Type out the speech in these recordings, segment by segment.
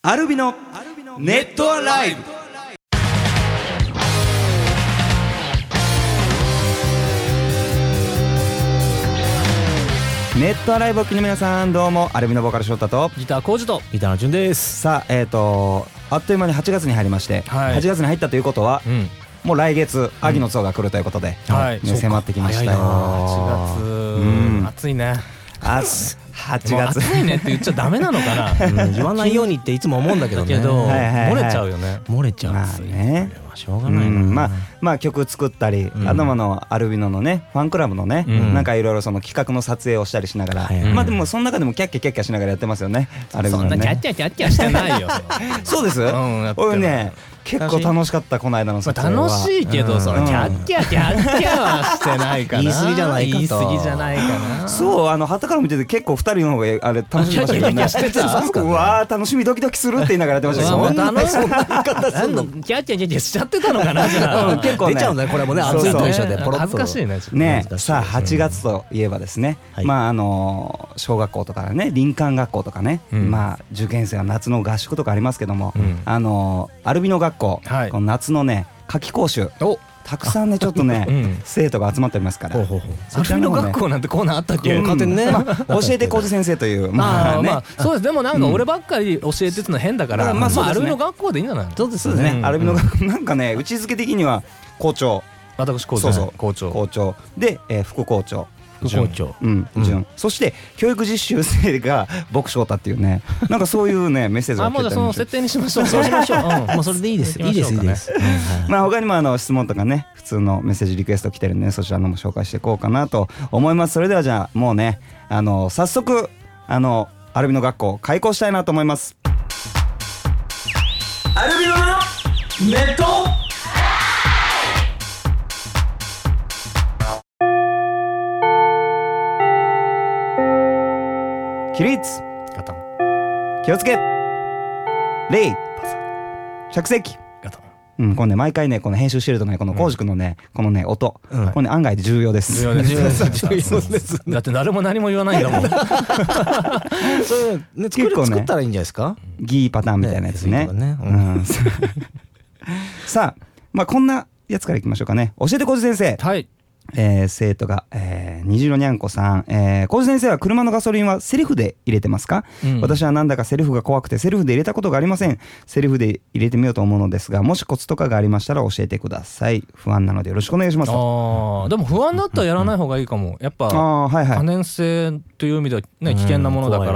アルビのネットアライブ。ネットアライブを聴きの皆さん、どうもアルビのボーカル翔太とギターコウジとギターの順です。 さあ、あっという間に8月に入りまして、はい、8月に入ったということは、もう来月秋の象が来るということで、迫ってきましたよ。 8月、暑いね。 8月暑いねって言っちゃダメなのかな、 言わないようにっていつも思うんだけどね。 漏れちゃうよね。 漏れちゃう。 まあね、 しょうがないな。 まあ曲作ったり、あとアルビノのねファンクラブのね、なんかいろいろその企画の撮影をしたりしながら、まあでもその中でもキャッキャキャッキャしながらやってますよね。アルビノね。 そんなキャッキャキャッキャしてないよ。 そうです。俺ね結構楽しかった。この間の撮影は楽しいけど、そのキャッキャキャッキャはしてないかな。 言い過ぎじゃないかと。 言い過ぎじゃないかな。 そう、旗から見てて結構2人の方があれ楽しみましたけどね。 キャッキャキャッキャしてた。 うわー楽しみドキドキするって言いながらやってましたけど、 そんな言い方すんの。キャッキャキャッキャしちゃってたのかな。 結構ね出ちゃうんだねこれもね。暑いと一緒でポロッと恥ずかしいね。 ね、さあ8月といえばですね、まあ小学校とかね、林間学校とかね、まあ受験生は夏の合宿とかありますけども、アルビノ学校、この夏のね夏期講習たくさんねちょっとね生徒が集まっておりますから、 アルビノ学校なんてコーナーあったっけ。 教えて浩二先生という、まあね、 そうです。でもなんか俺ばっかり教えてたの変だから、まあアルビノ学校でいいんじゃないの。 そうですね。アルビノ学校なんかね位置づけ的には校長、 私校長で副校長、 準、 そして教育実習生が僕翔太っていうね、なんかそういうねメッセージが来てたんですよ。 もうその設定にしましょう。 そうしましょう。もうそれでいいです。いいです。 まあ他にも質問とかね普通のメッセージリクエスト来てるんで、そちらのも紹介していこうかなと思います。それではじゃあもうね早速アルビノ学校開校したいなと思います。アルビノのネット起立、気をつけ、礼、着席。このね毎回ねこの編集してるとねこの浩司君のねこのね音、これね案外重要です。 重要です。だって誰も何も言わないんだもん。 それ作ったらいいんじゃないですか。 ギーパターンみたいなやつね。さあまあこんなやつからいきましょうかね。教えて浩司先生。はい。生徒が、虹色にゃんこさん、浩司先生は車のガソリンはセルフで入れてますか。私はなんだかセルフが怖くてセルフで入れたことがありません。セルフで入れてみようと思うのですが、もしコツとかがありましたら教えてください。不安なのでよろしくお願いします。 でも不安だったらやらない方がいいかも。やっぱ可燃性という意味ではね危険なものだから、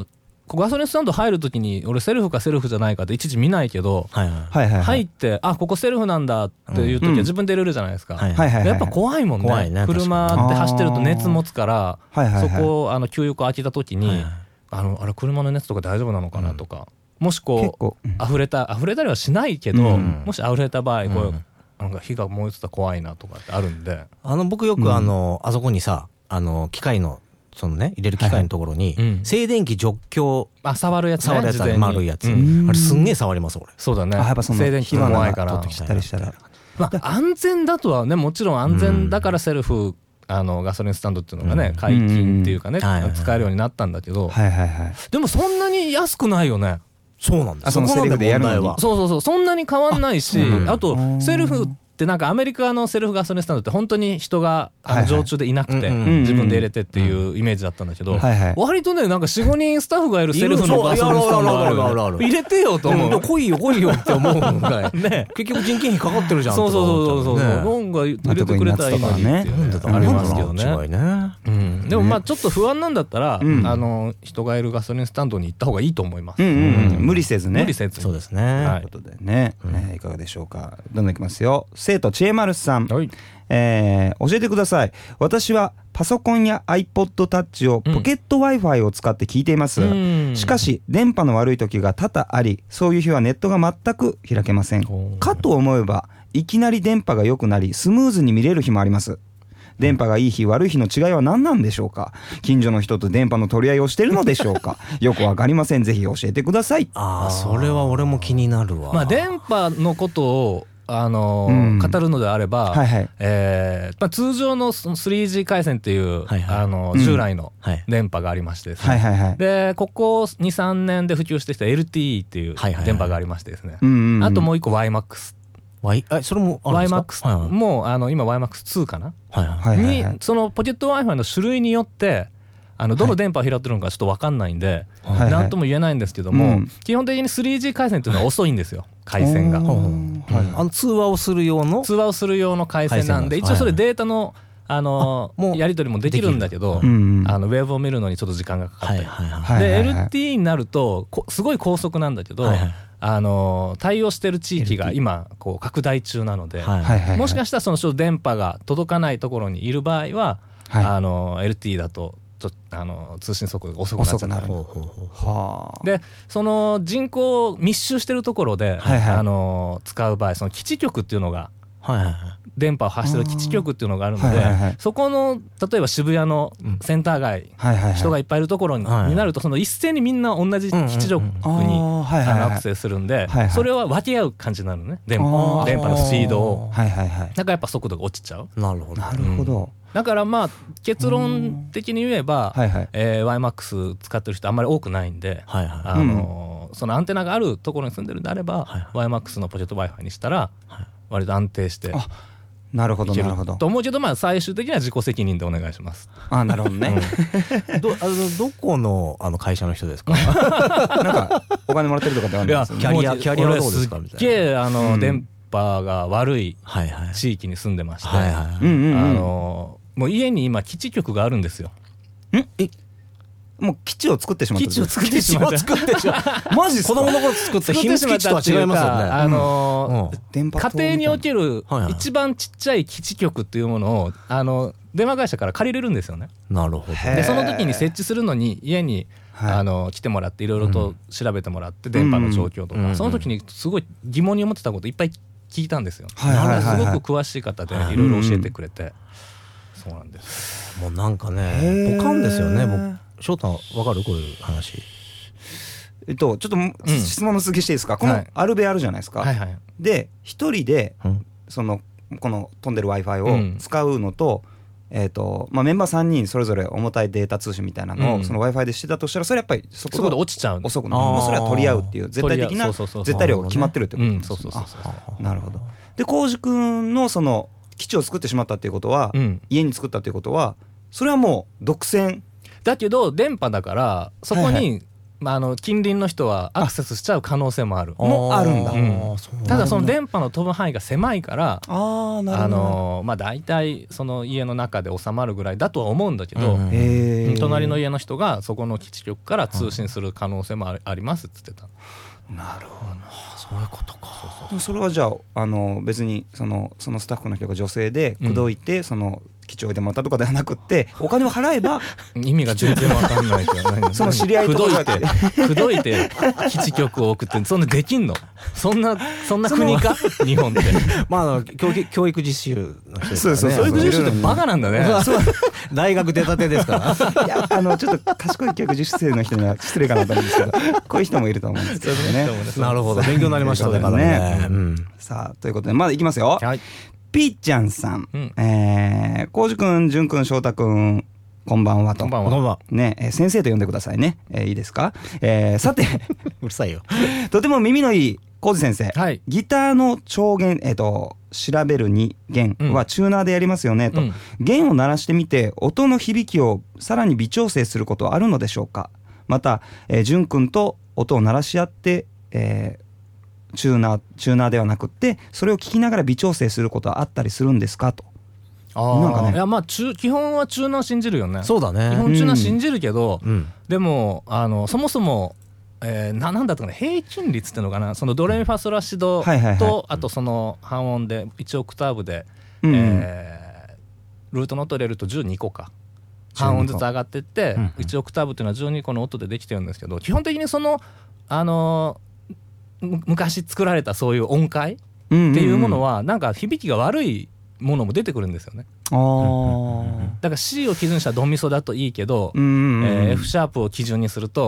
ガソリンスタンド入るときに俺セルフかセルフじゃないかっていちいち見ないけど、入ってここセルフなんだっていうときは自分で入れるじゃないですか。やっぱ怖いもんね。車って走ってると熱持つから、そこを給油口開けたときにあれ車の熱とか大丈夫なのかなとか、もしこう溢れたりはしないけど、もし溢れた場合こうなんか火が燃えてたら怖いなとかってあるんで、 僕よくあそこにさ機械のそのね入れる機械のところに静電気除去触るやつね、 丸いやつ、あれすんげえ触ります俺。 そうだね。 やっぱその静電気も怖いから取ってきたりしたら、 安全だとはね、もちろん安全だからセルフガソリンスタンドっていうのがね解禁っていうかね使えるようになったんだけど、でもそんなに安くないよね。 そうなんだ。 そのセルフでやるのにそうそんなに変わんないし、あとセルフでなんかアメリカのセルフガソリンスタンドって本当に人が常駐でいなくて自分で入れてっていうイメージだったんだけど、割とねなんか 4,5 人スタッフがいるセルフのガソリンスタンドがある。入れてよと思う。 来いよって思うんだよね。結局人件費かかってるじゃん。 そうなんか入れてくれたらいいのにってありますけどね。でもまあちょっと不安なんだったら人がいるガソリンスタンドに行った方がいいと思います。 無理せずね。 そうですね。 ということでね、いかがでしょうか。どんどんいきますよ。生徒ちえまるさん、教えてください。私はパソコンや iPod Touch をポケット Wi-Fi を使って聞いています。しかし電波の悪い時が多々あり、そういう日はネットが全く開けません。かと思えばいきなり電波が良くなりスムーズに見れる日もあります。電波がいい日悪い日の違いは何なんでしょうか。近所の人と電波の取り合いをしているのでしょうか。よくわかりません。ぜひ教えてください。 それは俺も気になるわ。 電波のことを語るのであれば、通常の 3G 回線っていう、従来の電波がありましてですね、でここ 2,3 年で普及してきた LTE っていう電波がありましてですね、あともう一個 WiMAX、 それもあるんですか？ WiMAX も今 WiMAX2 かな、にそのポケット Wi-Fi の種類によってどの電波を拾ってるのかちょっと分かんないんで、何とも言えないんですけども、基本的に 3G 回線っていうのは遅いんですよ、回線が。 通話をする用の回線なんで、一応それデータのやり取りもできるんだけど、ウェブを見るのにちょっと時間がかかったり、で LTE になるとすごい高速なんだけど、対応してる地域が今こう拡大中なので、もしかしたらその電波が届かないところにいる場合は、LTE だと通信速度が遅くなっちゃう。でその人口密集してるところで、使う場合、その基地局っていうのが、電波を発してる基地局っていうのがあるので、そこの例えば渋谷のセンター街、人がいっぱいいるところになると、その一斉にみんな同じ基地局にアクセスするんで、それは分け合う感じになるのね、電波のスピードを。だからやっぱ速度が落ちちゃう。 なるほど。 だからまあ結論的に言えば、WiMAX 使ってる人あんまり多くないんで、そのアンテナがあるところに住んでるんであれば、WiMAX のポケット Wi-Fi にしたら割と安定していけると思うけど、まあ最終的には自己責任でお願いします。 なるほどね。 どこの会社の人ですか？ なんかお金もらってるとかってあるんですよね。 キャリアはどうですかみたいな。 すっげえ電波が悪い地域に住んでまして、もう家に今基地局があるんですよ。 もう基地を作ってしまった。 基地を作ってしまった。 マジですか？ 子供の頃作った秘密基地とは違いますよね。 家庭における一番ちっちゃい基地局っていうものを電話会社から借りれるんですよね。 なるほど。 でその時に設置するのに家に来てもらっていろいろと調べてもらって、電波の状況とか、その時にすごい疑問に思ってたこといっぱい聞いたんですよ。すごく詳しい方でいろいろ教えてくれて、そうなんです。 もうなんかね、ポカンですよね。翔太わかる？こういう話。 ちょっと質問の続きしていいですか？このアルベあるじゃないですか。で一人でこの飛んでる Wi-Fi を使うのと、メンバー3人それぞれ重たいデータ通信みたいなのをその Wi-Fi でしてたとしたら、それやっぱり速度落ちちゃう。 遅くなる。もうそれは取り合うっていう絶対的な絶対量が決まってるってことです。なるほど。で浩司君のその基地を作ってしまったっていうことは、家に作ったっていうことは、それはもう独占だけど電波だからそこに近隣の人はアクセスしちゃう可能性もある。 もあるんだ。 ただその電波の飛ぶ範囲が狭いから、大体その家の中で収まるぐらいだとは思うんだけど、隣の家の人がそこの基地局から通信する可能性もありますって言ってた。 なるほど。 そういうことか。 それはじゃあ別にそのスタッフの人が女性で口説いて、その基地を置いてもらったとかではなくって、お金を払えば意味が全然わかんないけどその知り合いとか口説いて基地局を置くってそんなできんの？そんな国か日本って。 教育実習の人ですからね。教育実習ってバカなんだね。 大学出たてですからいやちょっと賢い教育実習生の人には失礼かなと思うんですけど、こういう人もいると思うんですけどね。 なるほど、勉強になりましたね。 さあということでまだいきますよ。ピーちゃんさん、浩司くん、淳くん、翔太くん、こんばんはと。 こんばんは。 ね、先生と呼んでくださいね。いいですか？さてうるさいよ。 とても耳のいい浩司先生、ギターの調弦、調べる2弦はチューナーでやりますよねと、弦を鳴らしてみて音の響きをさらに微調整することはあるのでしょうか？また、淳くんと音を鳴らし合って、チューナーではなくってそれを聞きながら微調整することはあったりするんですかと。 なんかね、いや基本はチューナー信じるよね。 そうだね。 基本チューナー信じるけど、でもそもそも、なんだったかな、平均率っていうのかな、そのドレミファソラシドと、あとその半音で1オクターブで、ルートの音入れると12個か半音ずつ上がってって、1オクターブっていうのは12個の音でできてるんですけど、基本的にその昔作られたそういう音階っていうものはなんか響きが悪いものも出てくるんですよね。だから C を基準にしたドミソだといいけど、F シャープを基準にすると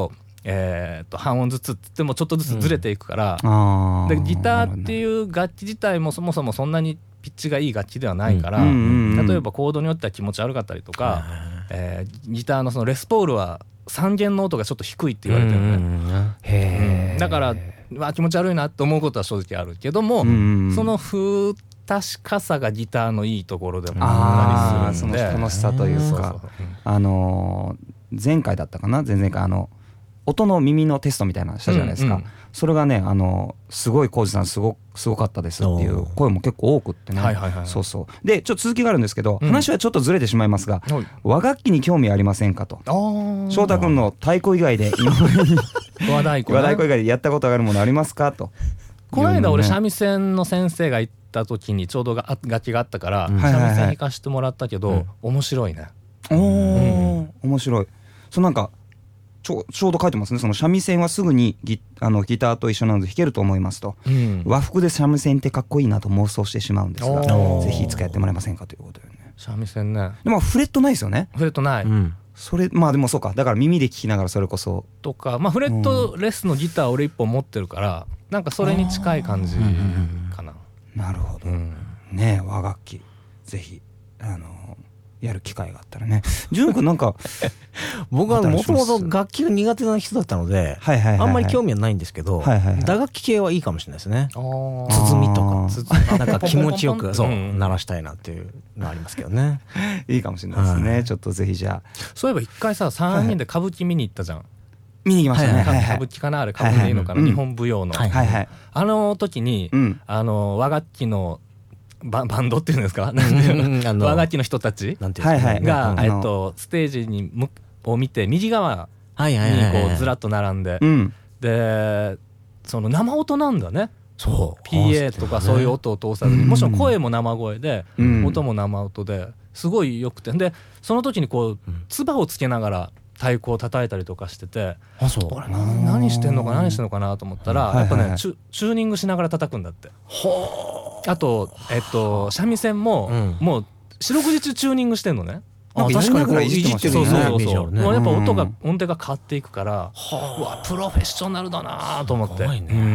半音ずつって言ってもちょっとずつずれていくから、でギターっていう楽器自体もそもそもそんなにピッチがいい楽器ではないから、例えばコードによっては気持ち悪かったりとか、ギターのそのレスポールは3弦の音がちょっと低いって言われてるね。だから気持ち悪いなって思うことは正直あるけども、その不確かさがギターのいいところでもあったりするんで、 その楽しさというか、前回だったかな、前々回音の耳のテストみたいなのしたじゃないですか、それがねすごい浩二さんすごかったですっていう声も結構多くってね、そうそうでちょっと続きがあるんですけど、話はちょっとずれてしまいますが、和楽器に興味ありませんかと。翔太君の太鼓以外で今までに和太鼓以外でやったことがあるものありますかと。 この間俺三味線の先生が行った時にちょうど楽器があったから三味線弾かしてもらったけど、面白いね。 面白い。なんかちょうど書いてますね。その三味線はすぐにギターと一緒なので弾けると思いますと、和服で三味線ってかっこいいなと妄想してしまうんですが、ぜひいつかやってもらえませんかということでね。 三味線ね。 でもフレットないですよね。 フレットない、 それでもそうか、だから耳で聞きながらそれこそとか、フレットレスのギター俺1本持ってるから、なんかそれに近い感じかな。 なるほど、ねえ、和楽器ぜひやる機会があったらね。純君なんか僕はもともと楽器が苦手な人だったので、あんまり興味はないんですけど、打楽器系はいいかもしれないですね。鼓とかなんか気持ちよく鳴らしたいなっていうのありますけどね。 いいかもしれないですね。ちょっとぜひじゃあ。 そういえば一回さ3人で歌舞伎見に行ったじゃん。 見に行きましたね。 歌舞伎かな、あれ歌舞伎でいいのかな、日本舞踊の。あの時に和楽器のバンドっていうんですか、和楽器の人たちがステージを見て右側にこうずらっと並んで、でその生音なんだね。PA とかそういう音を通さずに、もちろん声も生声で音も生音ですごいよくて、でその時にこう唾をつけながら太鼓を叩いたりとかしてて、俺何してんのかなと思ったら、やっぱねチューニングしながら叩くんだって。あと三味線ももう四六時中チューニングしてんのね。 確かにいじってるね。 もうやっぱ音程が変わっていくから、うわプロフェッショナルだなと思って。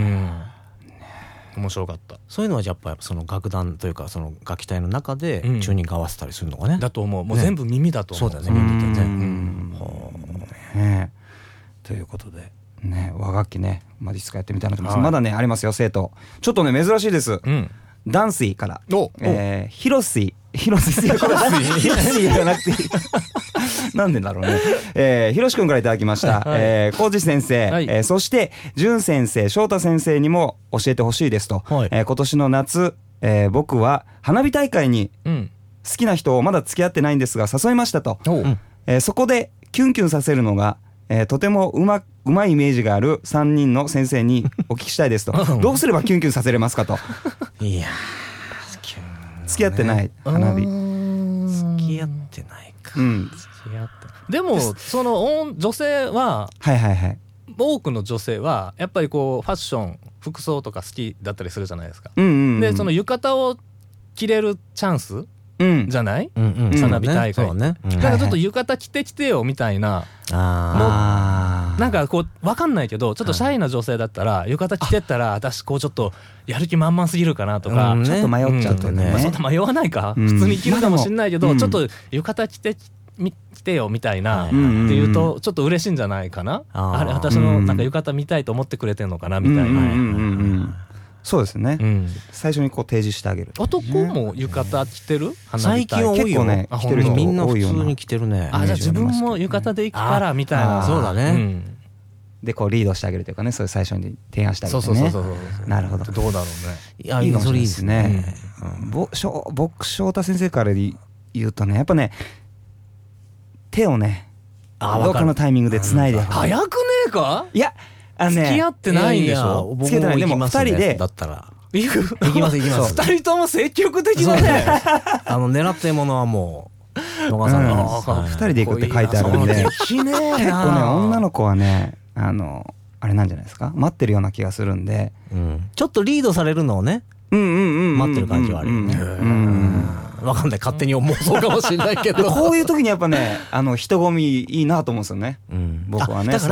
面白かった。 そういうのはやっぱその楽団というかその楽器隊の中でチューニング合わせたりするのがね。 だと思う。もう全部耳だと思う。 そうだね、耳だね。ということでね、和楽器ね、いつかやってみたいなと思います。まだねありますよ、生徒。ちょっとね珍しいです。ダンスイからヒロスイじゃなくてなんでだろうね。ひろしくんからいただきました。浩二先生、そして淳先生、翔太先生にも教えてほしいですと。今年の夏、僕は花火大会に好きな人をまだ付き合ってないんですが誘いましたと。そこでキュンキュンさせるのがとてもうまいイメージがある3人の先生にお聞きしたいですと。どうすればキュンキュンさせれますかと。 いや付き合ってない花火。 付き合ってないか。 でもその女性は多くの女性はやっぱりこうファッション服装とか好きだったりするじゃないですか。でその浴衣を着れるチャンスじゃない、花火大会。だからちょっと浴衣着てきてよみたいな、なんかこう分かんないけど、ちょっとシャイな女性だったら浴衣着てったら私こうちょっとやる気満々すぎるかなとか、 ちょっと迷っちゃうとね。 そんな迷わないか、普通に着るかもしれないけど、ちょっと浴衣着てよみたいなっていうとちょっと嬉しいんじゃないかな。あれ私のなんか浴衣見たいと思ってくれてんのかなみたいな。 そうですね、最初にこう提示してあげる。 男も浴衣着てる？ 最近多いよね。着てる人みんな普通に着てるね。 じゃあ自分も浴衣で行くからみたいな。 そうだね。 でこうリードしてあげるというかね、それ最初に提案してあげてね。なるほど。 どうだろうね。 いや、いいかもしれないですね。僕翔太先生から言うとね、やっぱね手をねどっかのタイミングで繋いで。 早くねえか？ いや。 付き合ってないんでしょ？ 付き合ってない。でも2人でだったら行きます 2人とも積極的だね。 狙ってるものはもう逃さない。 2人で行くって書いてあるんで、結構ね女の子はねあれなんじゃないですか、待ってるような気がするんで、 ちょっとリードされるのをね待ってる感じはあるよね。わかんない、勝手に妄想かもしれないけど、 こういう時にやっぱね人混みいいなと思うんですよね、僕はね。 だから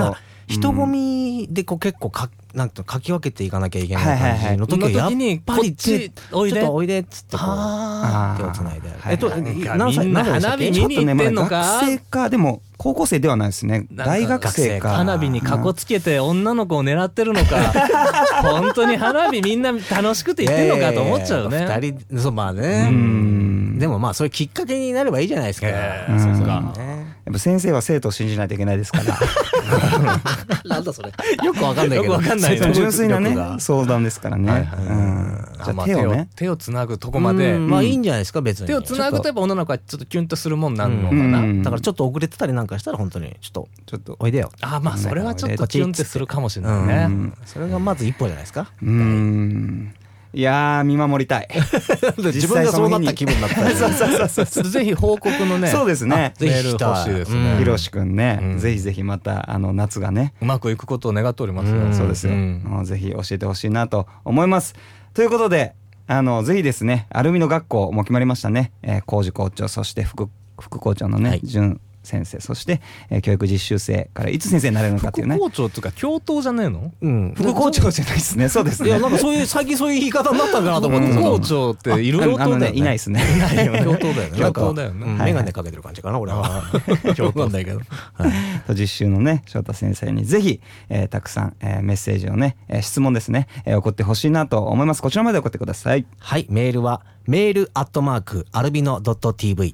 人混みでこう結構なんかかき分けていかなきゃいけない感じの時はやっぱりちょっとおいでっつってこう手をつないで、 何歳花火見に行ってんのか。 学生かでも高校生ではないですね。大学生か。 花火にかこつけて女の子を狙ってるのか。本当に花火みんな楽しくて行ってんのかと思っちゃうよね。 2人そうまあね。でもまあそういうきっかけになればいいじゃないですか。 そうですか。やっぱ先生は生徒を信じないといけないですから。 なんだそれ。よくわかんないけど。 よくわかんないね。 純粋なね相談ですからね。 じゃあ手をつなぐとこまで。 まあいいんじゃないですか別に。 手をつなぐとやっぱ女の子はちょっとキュンとするもんなんのかな。 だからちょっと遅れてたりなんかしたら本当にちょっとおいでよ。 まあそれはちょっとキュンってするかもしれないね。 それがまず一歩じゃないですか。 いやー見守りたい。 自分がそうなった気分になったらぜひ報告のね。 そうですね。 メール欲しいですね。 ひろしくんね、ぜひぜひまた夏がねうまくいくことを願っておりますよ。 そうですよ。ぜひ教えてほしいなと思います。ということでぜひですねアルミの学校も決まりましたね。浩二校長そして副校長のね準先生そして、教育実習生からいつ先生になれるのかっていうね。 副校長っていうか教頭じゃねえの？ 副校長じゃないですね。そうですね。 いやなんか最近そういう言い方になったんかなと思って。 副校長っている？ 教頭だよね。いないですね。 教頭だよね。 教頭だよね。 眼鏡かけてる感じかな俺は。教頭なんだけど。 実習のね翔太先生にぜひたくさんメッセージをね質問ですね送ってほしいなと思います。こちらまで送ってください。 はい、メールはmail@albino.tv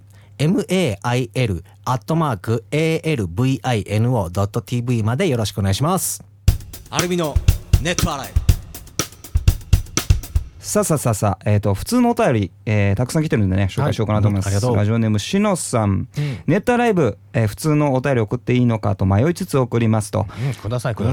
mail@alvino.tv までよろしくお願いします。アルビノネットアライブ。 さあ、普通のお便り、たくさん来てるんでね紹介しようかなと思います。ラジオネームしのさん、ネットアライブ、普通のお便り送っていいのかと迷いつつ送りますと、 ください。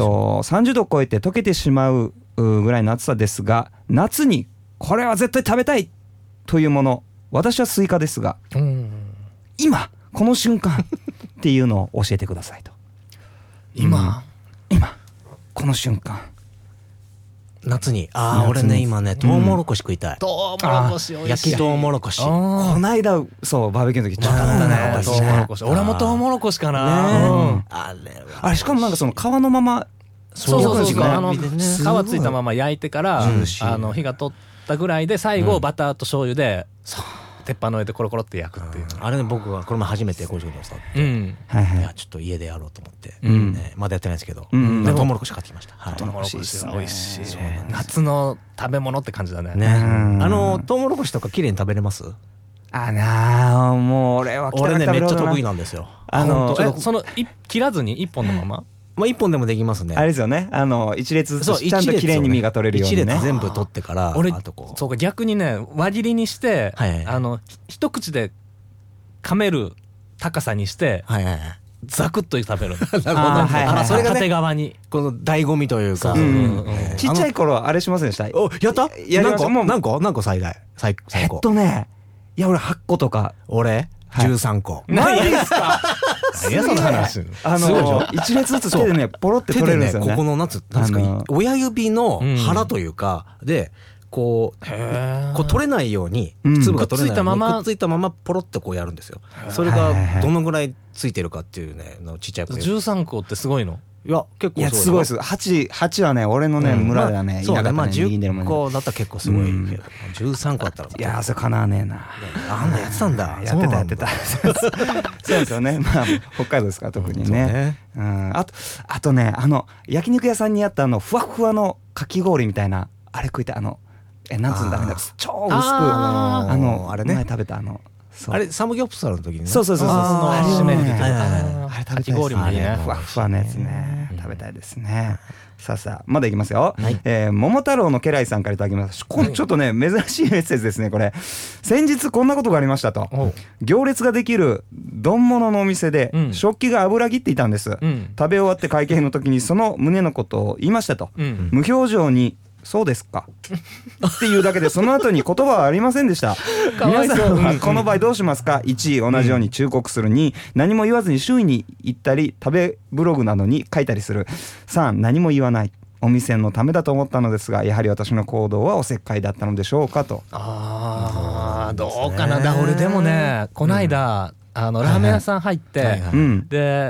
30度超えて溶けてしまうぐらいの暑さですが、夏にこれは絶対食べたいというもの、私はスイカですが、今この瞬間っていうのを教えてくださいと。 今この瞬間夏に俺ね今ねトウモロコシ食いたい。 トウモロコシ美味しい。 焼きトウモロコシ。 こないだそうバーベキューの時ちょっとったねトウモロコシ。俺もトウモロコシかな。 あれしかもなんかその皮のままそう皮ついたまま焼いてから火が通ったぐらいで最後バターと醤油で鉄板の上でコロコロって焼くっていう。 あれね僕はこれも初めて工場で教わって、いやちょっと家でやろうと思って、まだやってないですけど、トウモロコシ買ってきました。 トウモロコシ美味しい。夏の食べ物って感じだね。 トウモロコシとか綺麗に食べれます？ もう俺ねめっちゃ得意なんですよ。 その切らずに一本のまま。 一本でもできますね。 あれですよね。一列ずつちゃんと綺麗に実が取れるようにね。 一列全部取ってから。 俺そうか逆にね輪切りにして一口で噛める高さにしてザクッと食べる。それが縦側にこの醍醐味というか。 ちっちゃい頃あれしませんでした？ やった？何個最大最高。 いや俺8個とか。 俺13個。 何ですか？ いやその話。 一列ずつ手でねポロって取れるんですよね。 ここのなんですか親指の腹というかでこう取れないように粒が取れないようにくっついたままポロってこうやるんですよ。それがどのぐらいついてるかっていうねちっちゃい子。 13個ってすごいの？ いや結構すごいです。8はね俺のね村ではねいなかったね。 10個だったら結構すごいけど13個あったらいやそれかなわねえな。 あんなやってたんだ。 やってた。そうですよね。まあ北海道ですから特にね。あとね焼肉屋さんにあったふわふわのかき氷みたいなあれ食いたい。なんつうんだろうね超薄くあれね前食べたあれサムギョプサルの時にね。 そう締めに出てるあれ食べたいですね。ふわふわのやつね食べたいですね。さあまだいきますよ。桃太郎の家来さんからいただきます。これちょっとね珍しいメッセージですね。これ先日こんなことがありましたと。行列ができる丼物のお店で食器が油切っていたんです。食べ終わって会計の時にその旨のことを言いましたと。無表情にそうですかっていうだけでその後に言葉はありませんでした。皆さんはこの場合どうしますか？1同じように忠告する。2何も言わずに周囲に行ったり食べブログなどに書いたりする。3何も言わない。お店のためだと思ったのですがやはり私の行動はおせっかいだったのでしょうかと。 どうかな。俺でもねこないだラーメン屋さん入ってで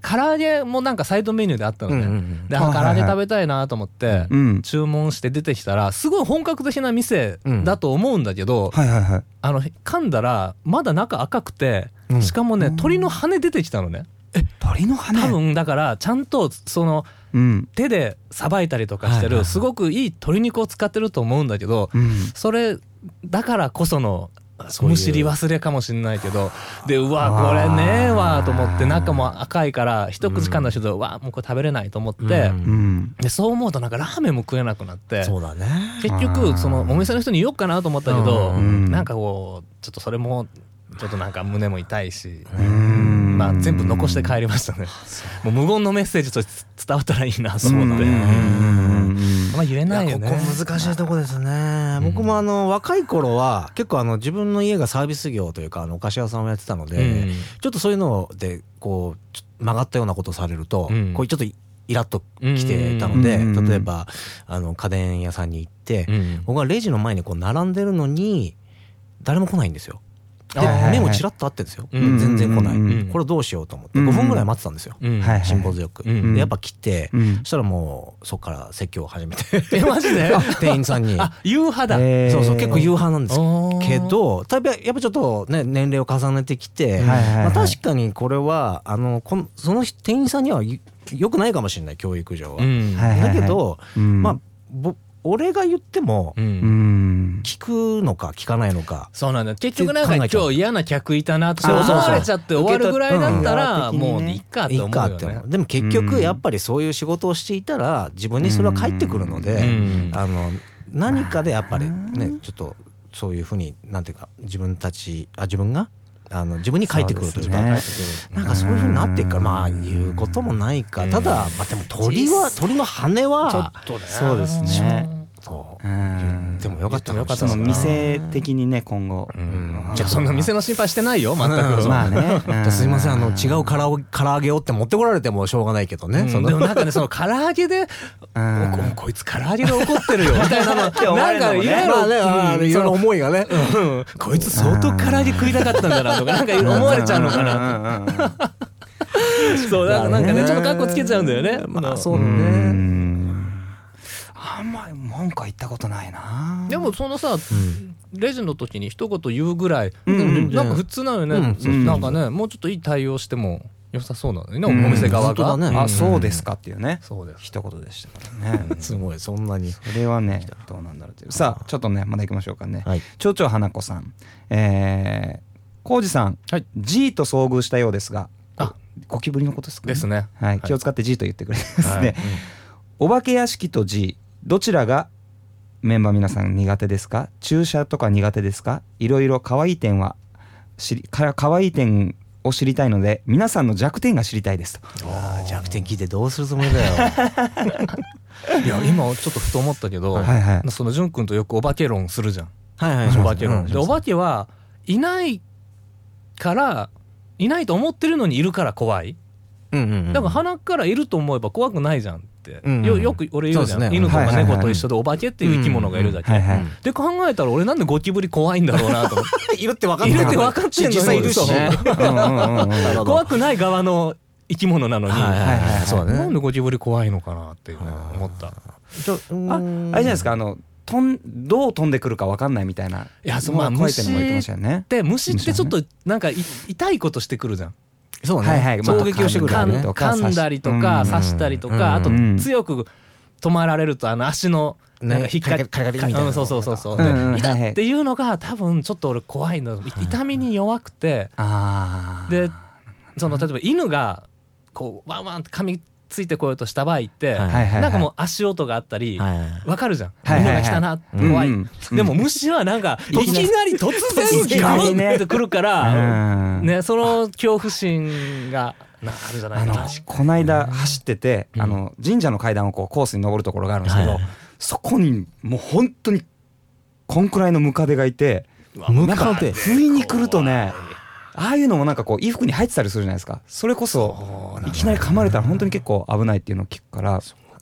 唐揚げもなんかサイドメニューであったのね、で唐揚げ食べたいなと思って注文して出てきたらすごい本格的な店だと思うんだけど、噛んだらまだ中赤くて、しかもね鳥の羽出てきたのね。 鳥の羽？ 多分だからちゃんとその手でさばいたりとかしてるすごくいい鶏肉を使ってると思うんだけど、それだからこそのむしり忘れかもしれないけど、でうわこれねえわと思って、中も赤いから一口噛んだ人うわもうこれ食べれないと思って、でそう思うとなんかラーメンも食えなくなって、 そうだね、 結局そのお店の人に言おうかなと思ったけど、なんかこうちょっとそれもちょっとなんか胸も痛いし、まあ全部残して帰りましたね。もう無言のメッセージとして伝わったらいいなと思って。まあ言えないよね。 ここ難しいとこですね。僕も若い頃は結構自分の家がサービス業というかお菓子屋さんをやってたので、ちょっとそういうのでこう曲がったようなことをされると、こうちょっとイラッときてたので、例えば家電屋さんに行って、僕はレジの前にこう並んでるのに誰も来ないんですよ。で目もチラッとあってんですよ、全然来ない、これどうしようと思って5分ぐらい待ってたんですよ、辛抱強く、でやっぱ来て、そしたらもうそこから説教を始めてマジで店員さんに言う派だ、 そうそう結構言う派なんですけど、やっぱちょっとね年齢を重ねてきて、確かにこれはその店員さんには良くないかもしれない、教育上は、だけどまあ俺が言っても聞くのか聞かないのか、 そうなんだ。結局なんか今日嫌な客いたなって思われちゃって終わるぐらいだったらもういいかって思うよね。 でも結局やっぱりそういう仕事をしていたら自分にそれは返ってくるので、何かでやっぱりねちょっとそういうふうになんていうか自分が自分に返ってくるというか、なんかそういうふうになっていくから、まあ言うこともないか。ただまあでも鳥の羽はちょっとね、 そうですね。 でもよかったその店的にね今後、 じゃあそんな店の心配してないよ全く。 まあね、 すいません違う唐揚げをって持ってこられてもしょうがないけどね。 でもなんかねその唐揚げでこいつ唐揚げで怒ってるよみたいなのなんかいろいろ思いがね、 こいつ相当唐揚げ食いたかったんだなとかなんか思われちゃうのかな。そうなんかねちょっとカッコつけちゃうんだよね。 まあそうね。 あんまり文句は言ったことないな。 でもそのさ、レジの時に一言言うぐらい、なんか普通なのよね、なんかねもうちょっといい対応しても良さそうなのね、お店側が。 あ、そうですかっていうね、 そうです一言でしたからね。 すごいそんなに。 それはねどうなんだろうっていう。さあちょっとねまだ行きましょうかね。蝶々花子さん、浩二さん G と遭遇したようですが、ゴキブリのことですかね。 ですね。 はい、気を使って G と言ってくれてますね。お化け屋敷と Gどちらがメンバー皆さん苦手ですか？注射とか苦手ですか？いろいろ可愛い点を知りたいので皆さんの弱点が知りたいですと。 弱点聞いてどうするつもりだよ。 いや今ちょっとふと思ったけど、その淳君とよくお化け論するじゃん。お化け論で、お化けはいないからいないと思ってるのにいるから怖い。だから鼻からいると思えば怖くないじゃんって、よく俺言うじゃん、犬とか猫と一緒でお化けっていう生き物がいるだけで考えたら、俺なんでゴキブリ怖いんだろうなと思って。 いるって分かってる実際いるし怖くない側の生き物なのに、なんでゴキブリ怖いのかなって思った。 あれじゃないですか、どう飛んでくるか分かんないみたいな。 いや虫ってちょっとなんか痛いことしてくるじゃん。 そうね、 攻撃をしてくる噛んだりとか刺したりとか、あと強く止まられると足のなんか引っかかりみたいな、そう痛っていうのが多分ちょっと俺怖いんだ。痛みに弱くて、でその例えば犬がこうワンワンって噛みついてこようとした場合ってなんかもう足音があったりわかるじゃん、犬が来たな怖い。でも虫はなんかいきなり突然ガブってくるからね、その恐怖心があるじゃないかな。 この間走ってて神社の階段をこうコースに登るところがあるんですけど、そこにもう本当にこんくらいのムカデがいて、 ムカデ不意に来るとね、ああいうのもなんかこう衣服に入ってたりするじゃないですか。それこそいきなり噛まれたら本当に結構危ないっていうのを聞くから、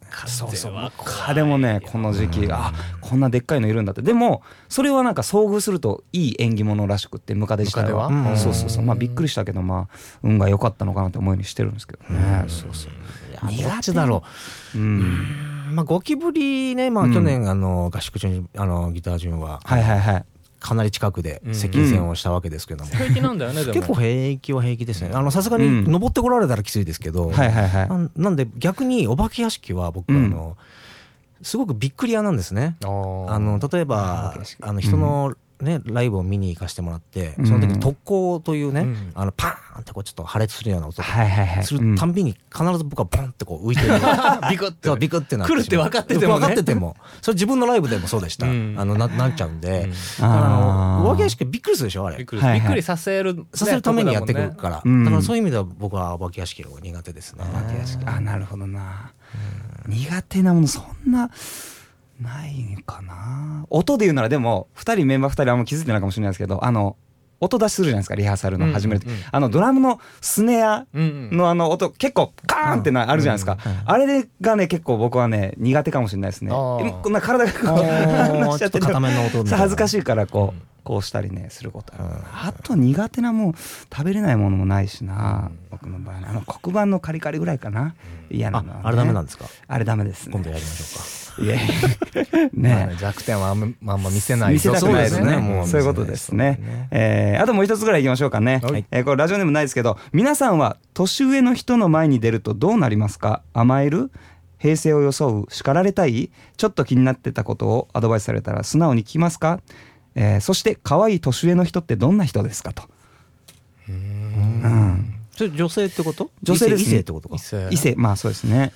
でもねこの時期こんなでっかいのいるんだって。でもそれはなんか遭遇するといい縁起物らしくってムカデ自体はそうまあびっくりしたけどまあ運が良かったのかなと思うようにしてるんですけどね。そう苦手だろう。まあゴキブリね、まあ去年合宿中にギター順はかなり近くで接近戦をしたわけですけども、 平気なんだよね。でも結構平気は平気ですね。さすがに登ってこられたらきついですけど、なんで逆にお化け屋敷は僕すごくびっくり屋なんですね。例えば人のね、ライブを見に行かせてもらって、その時に特攻というね、パーンってこうちょっと破裂するような音がするたんびに必ず僕はボンってこう浮いてるビクってなって来るって分かっててもね、 分かっててもそれ自分のライブでもそうでした。なっちゃうんで、お化け屋敷びっくりするでしょあれ。 びっくりさせるためにやってくるから、だからそういう意味では僕はお化け屋敷の方が苦手ですね。 なるほどな。苦手なものそんなないかな。音で言うならでもメンバー2人あんま気づいてないかもしれないですけど、音出しするじゃないですか、リハーサルの始めるドラムのスネアの音結構カーンってあるじゃないですか。あれがね結構僕はね苦手かもしれないですね。こんな体がこうちょっと固めの音恥ずかしいからこうしたりねすることあと苦手なもう食べれないものもないしな。僕の場合黒板のカリカリぐらいかな。嫌なのはね。 あれダメなんですか。 あれダメですね。 今度やりましょうか。 ね、弱点はあんま見せない。 見せたくないですね。そういうことですね。あともう一つぐらいいきましょうかね。これラジオネームないですけど、皆さんは年上の人の前に出るとどうなりますか。甘える、平静を装う、叱られたい、ちょっと気になってたことをアドバイスされたら素直に聞きますか。そして可愛い年上の人ってどんな人ですかと。 それ女性ってこと？ 女性です。 異性ってことか。 異性、まあそうですね。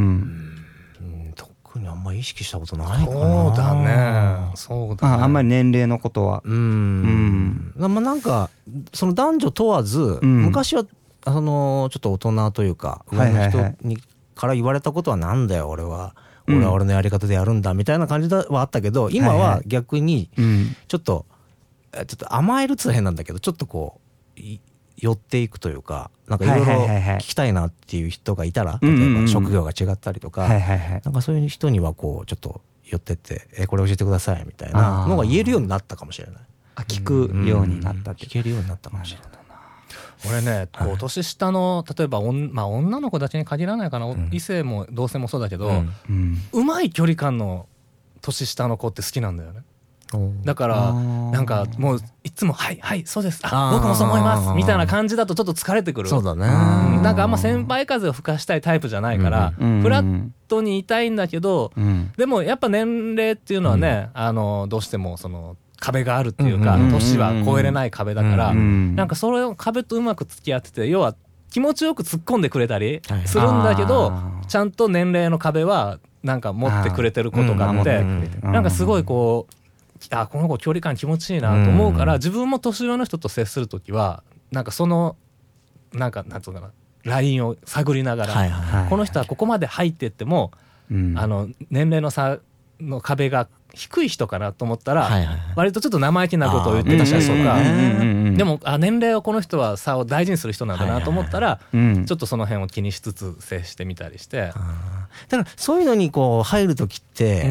特にあんまり意識したことないかな。 そうだね。 あんまり年齢のことは。 まあなんかその男女問わず、昔はちょっと大人というか上の人にから言われたことはなんだよ俺は俺のやり方でやるんだみたいな感じはあったけど、今は逆にちょっと甘えるつら変なんだけど、ちょっとこう寄っていくというか、なんかいろいろ聞きたいなっていう人がいたら、例えば職業が違ったりとか、なんかそういう人にはこうちょっと寄ってってこれ教えてくださいみたいなのが言えるようになったかもしれない。 聞くようになったって。 聞けるようになったかもしれない。 俺ね、こう年下の例えば女の子たちに限らないかな、異性も同性もそうだけど、うまい距離感の年下の子って好きなんだよね。だからなんかもういつもはいはいそうです、僕もそう思いますみたいな感じだとちょっと疲れてくる。 そうだね。 なんかあんま先輩風を吹かしたいタイプじゃないから、フラットにいたいんだけど、でもやっぱ年齢っていうのはね、どうしてもその壁があるっていうか、年は越えれない壁だから、なんかそれを壁とうまく付き合ってて、要は気持ちよく突っ込んでくれたりするんだけど、ちゃんと年齢の壁はなんか持ってくれてることがあって、なんかすごいこうこの子距離感気持ちいいなと思うから、自分も年上の人と接するときはなんかそのなんかなんつうかな、ラインを探りながら、この人はここまで入ってっても、年齢の差の壁が低い人かなと思ったら、割とちょっと生意気なことを言ってたりとか、でも年齢をこの人は差を大事にする人なんだなと思ったら、ちょっとその辺を気にしつつ接してみたりして。 だからそういうのにこう入るときって、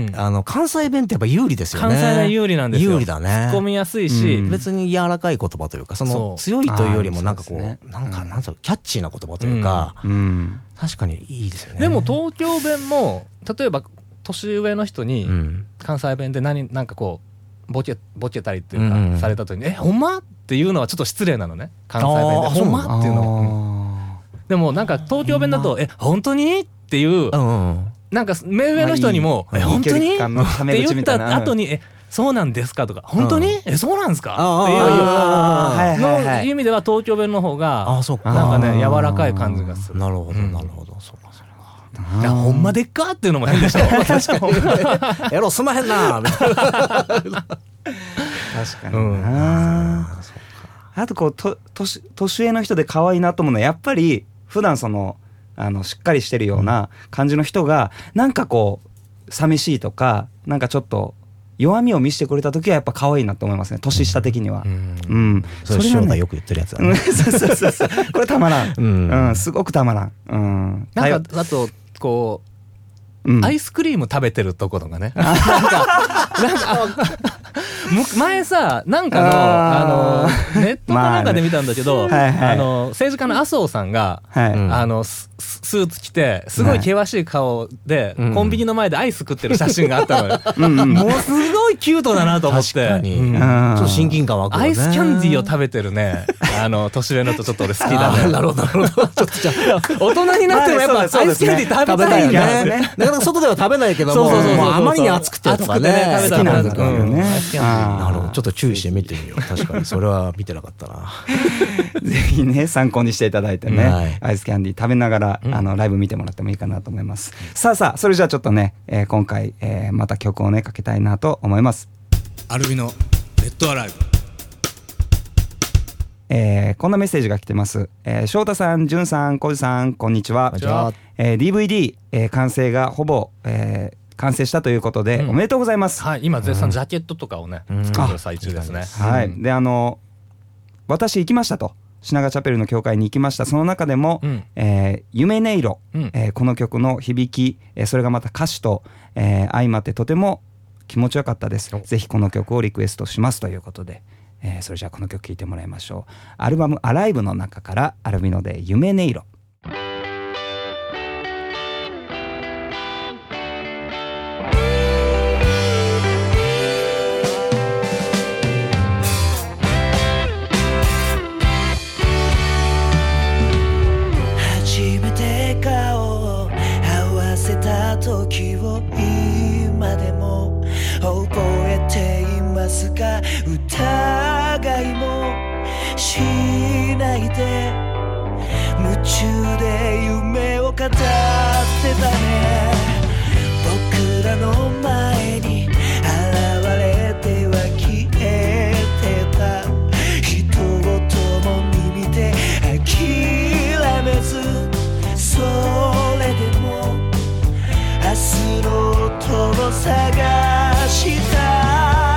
関西弁ってやっぱ有利ですよね。 関西弁有利なんですよ。 有利だね。 突っ込みやすいし、 別に柔らかい言葉というか、その強いというよりもなんかこうなんかなんとキャッチーな言葉というか、確かにいいですよね。 でも東京弁も例えば年上の人に関西弁でなんかこうボケたりっていうかされた時にほんまっていうのはちょっと失礼なのね、関西弁でほんまっていうの。でもなんか東京弁だと本当にっていう、なんか目上の人にも本当にって言った後にそうなんですかとか本当にそうなんですかっていうの意味では東京弁の方がなんかね柔らかい感じがする。 なるほどなるほど。 ほんまでっかっていうのも変でしょ。確かにエロすまへんなみたいな。確かにな。あとこう年上の人で可愛いなと思うのはやっぱり普段そのしっかりしてるような感じの人がなんかこう寂しいとかなんかちょっと弱みを見せてくれた時はやっぱ可愛いなと思いますね、年下的には。 それはよく言ってるやつだね。 そうこれたまらん。すごくたまらん。 なんかあとこうアイスクリーム食べてるところがね、なんか前さなんかのネットかなんかで見たんだけど、政治家の麻生さんがスーツ着てすごい険しい顔でコンビニの前でアイス食ってる写真があったのよ。もうすごいキュートだなと思って、 確かにちょっと親近感湧くよね。 アイスキャンディーを食べてるね年上のとちょっと俺好きだね。 なるほどなるほど。ちょっとじゃ大人になってもやっぱアイスキャンディー食べたいよね。 なかなか外では食べないけども、あまりに暑くてとかね好きなんだよね。 なるほど、ちょっと注意して見てみよう。確かにそれは見てなかったな。 ぜひね参考にしていただいてね、アイスキャンディー食べながらライブ見てもらってもいいかなと思います。さあそれじゃあちょっとね今回また曲をねかけたいなと思います。 アルビのレッドアライブ。 こんなメッセージが来てます。翔太さん、じゅんさん、こじさん、こんにちは。DVD、完成がほぼ、完成したということで、おめでとうございます。 はい、今絶賛ジャケットとかをね、作ってる最中ですね。 はい。で私行きましたと。品川チャペルの教会に行きました。その中でも、夢音色、この曲の響き、それがまた歌詞と、相まってとても気持ちよかったです。ぜひこの曲をリクエストしますということで、それじゃあこの曲聴いてもらいましょう。アルバム「アライブ」の中からアルビノで「夢音色」。 初めて顔を合わせた時を今でも覚えていますか。疑いもしないで夢中で夢を語ってたね。僕らの前に現れては消えてた人事も見て諦めず、それでも明日の音を探した。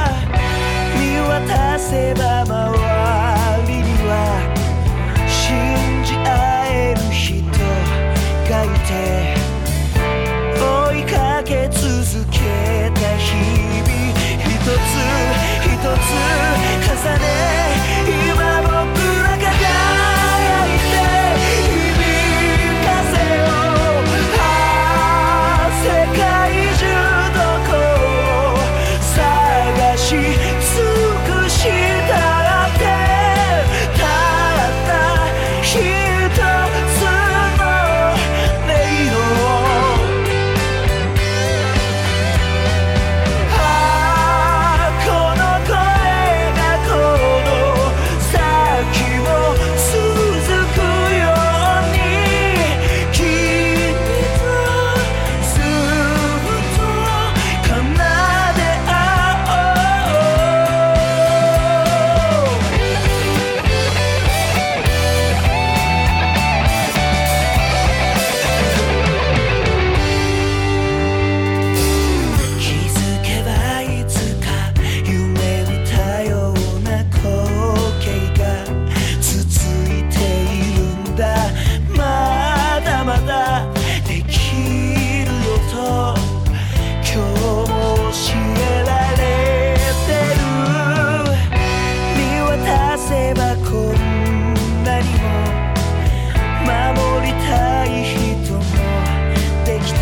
見渡せば周りには信じ合える人がいて、追いかけ続けた日々一つ一つ重ね、今僕ら輝いて響かせよう。世界中どこを探し尽くしたってたった一つの音色。この声がこの先も続くように、君とずっと奏で合おう。気づけばいつか夢見たような光景が続いているんだ。まだまだできるよと今日も教えられてる。見渡せばこんなにも守りたい人もできて、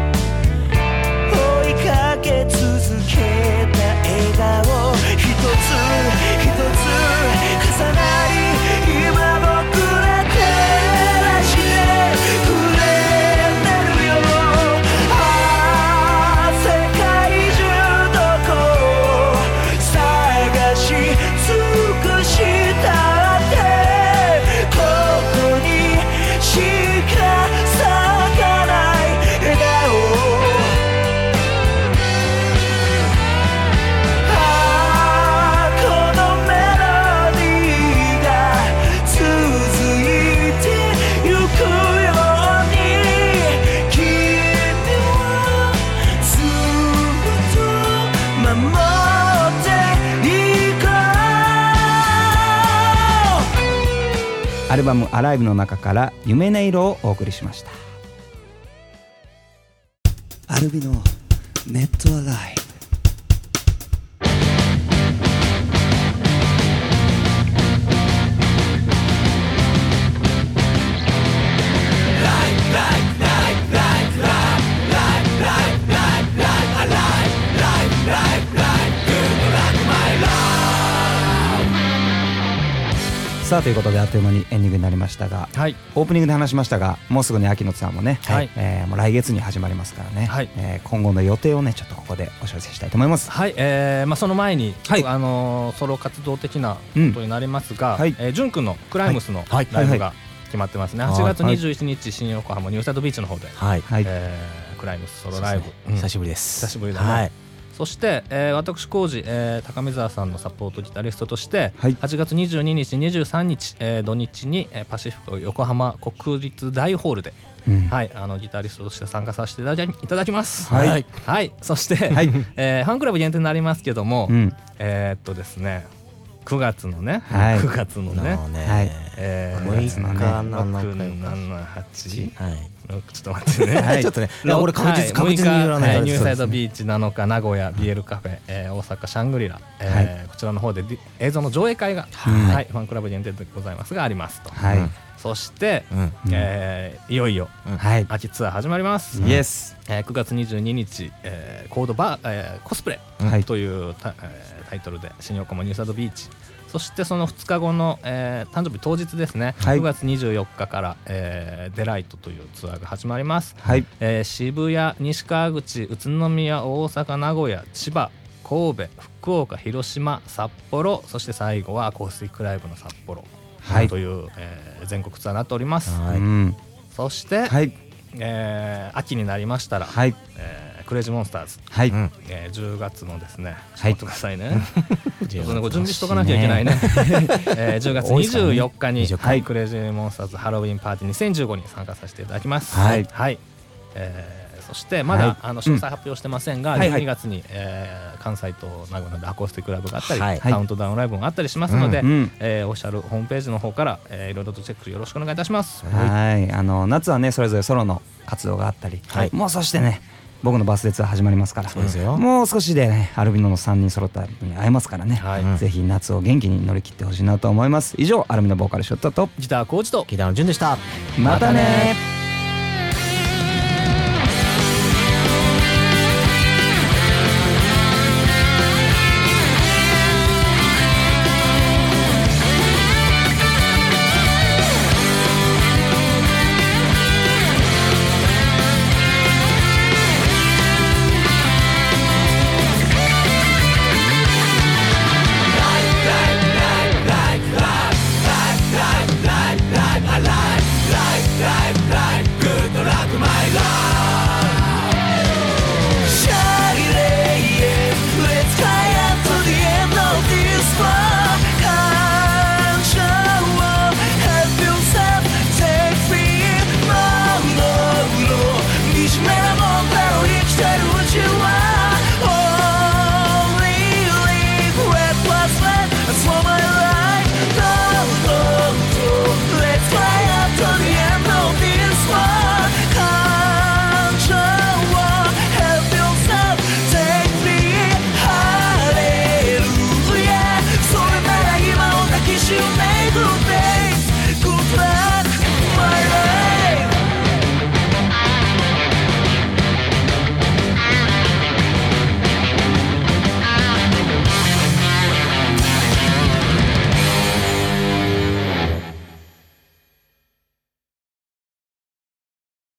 追いかけ続けた笑顔一つ一つ重なり、今僕ら照らしてくれてるよ。世界中どこを探し尽くしたってここにしか咲かない笑顔。このメロディーが続いてゆくように、君はずっと守っていこう。 アルバム「アライブ」の中から「夢音色」をお送りしました。 アルルビのネットアライブ。 さあということであっという間にエンディングになりましたが、 はい、 オープニングで話しましたがもうすぐに秋のツアーもね、 はい、 もう来月に始まりますからね、はい、今後の予定をねちょっとここでお知らせしたいと思います。 はい、その前に、はい、ソロ活動的なことになりますが、ジュン君のクライムスのライブが決まってますね。8月21日新横浜ニューサイドビーチの方で、はい、クライムスソロライブ、 久しぶりです。 久しぶりだね。はい、そして、私浩二、高見沢さんのサポートギタリストとして、はい、8月22日23日、土日に、パシフィコ横浜国立大ホールで、はい、ギタリストとして参加させていただきます。はい、はい、そして、はい、ファンクラブ限定になりますけども、ですね9月のね、はい、9月のね、 6日7日 8、ちょっと待ってね、 はい、ちょっとね、俺確実に言わない。ニューサイドビーチ7日名古屋 BL カフェ、大阪シャングリラ、こちらの方で映像の上映会が、はい、ファンクラブ限定でございますがありますと。はい、そして、いよいよ、秋ツアー始まります。9月22日、コードバー、コスプレというタイトルで新横浜ニューサイドビーチ。そしてその2日後の、誕生日当日ですね、9月24日から、デライトというツアーが始まります。はい、渋谷、西川口、宇都宮、大阪、名古屋、千葉、神戸、福岡、広島、札幌、そして最後はアコースティックライブの札幌、という、全国ツアーになっております。そして、秋になりましたら、クレイジーモンスターズ、10月のですね、ちょっと待ってくださいね、準備しとかなきゃいけないね。10月24日にクレイジーモンスターズハロウィンパーティー2015に参加させていただきます。はい、そしてまだ詳細発表してませんが、12月に関西と名古屋でアコースティックライブがあったり、カウントダウンライブがあったりしますので、オフィシャルホームページの方からいろいろとチェックよろしくお願いいたします。 はい、夏はねそれぞれソロの活動があったり、もうそしてね僕のバースデーツアー始まりますから、もう少しでねアルビノの3人揃ったに会えますからね、ぜひ夏を元気に乗り切ってほしいなと思います。以上アルビノボーカルショットとギターコーチとギターの順でした。 またね。 You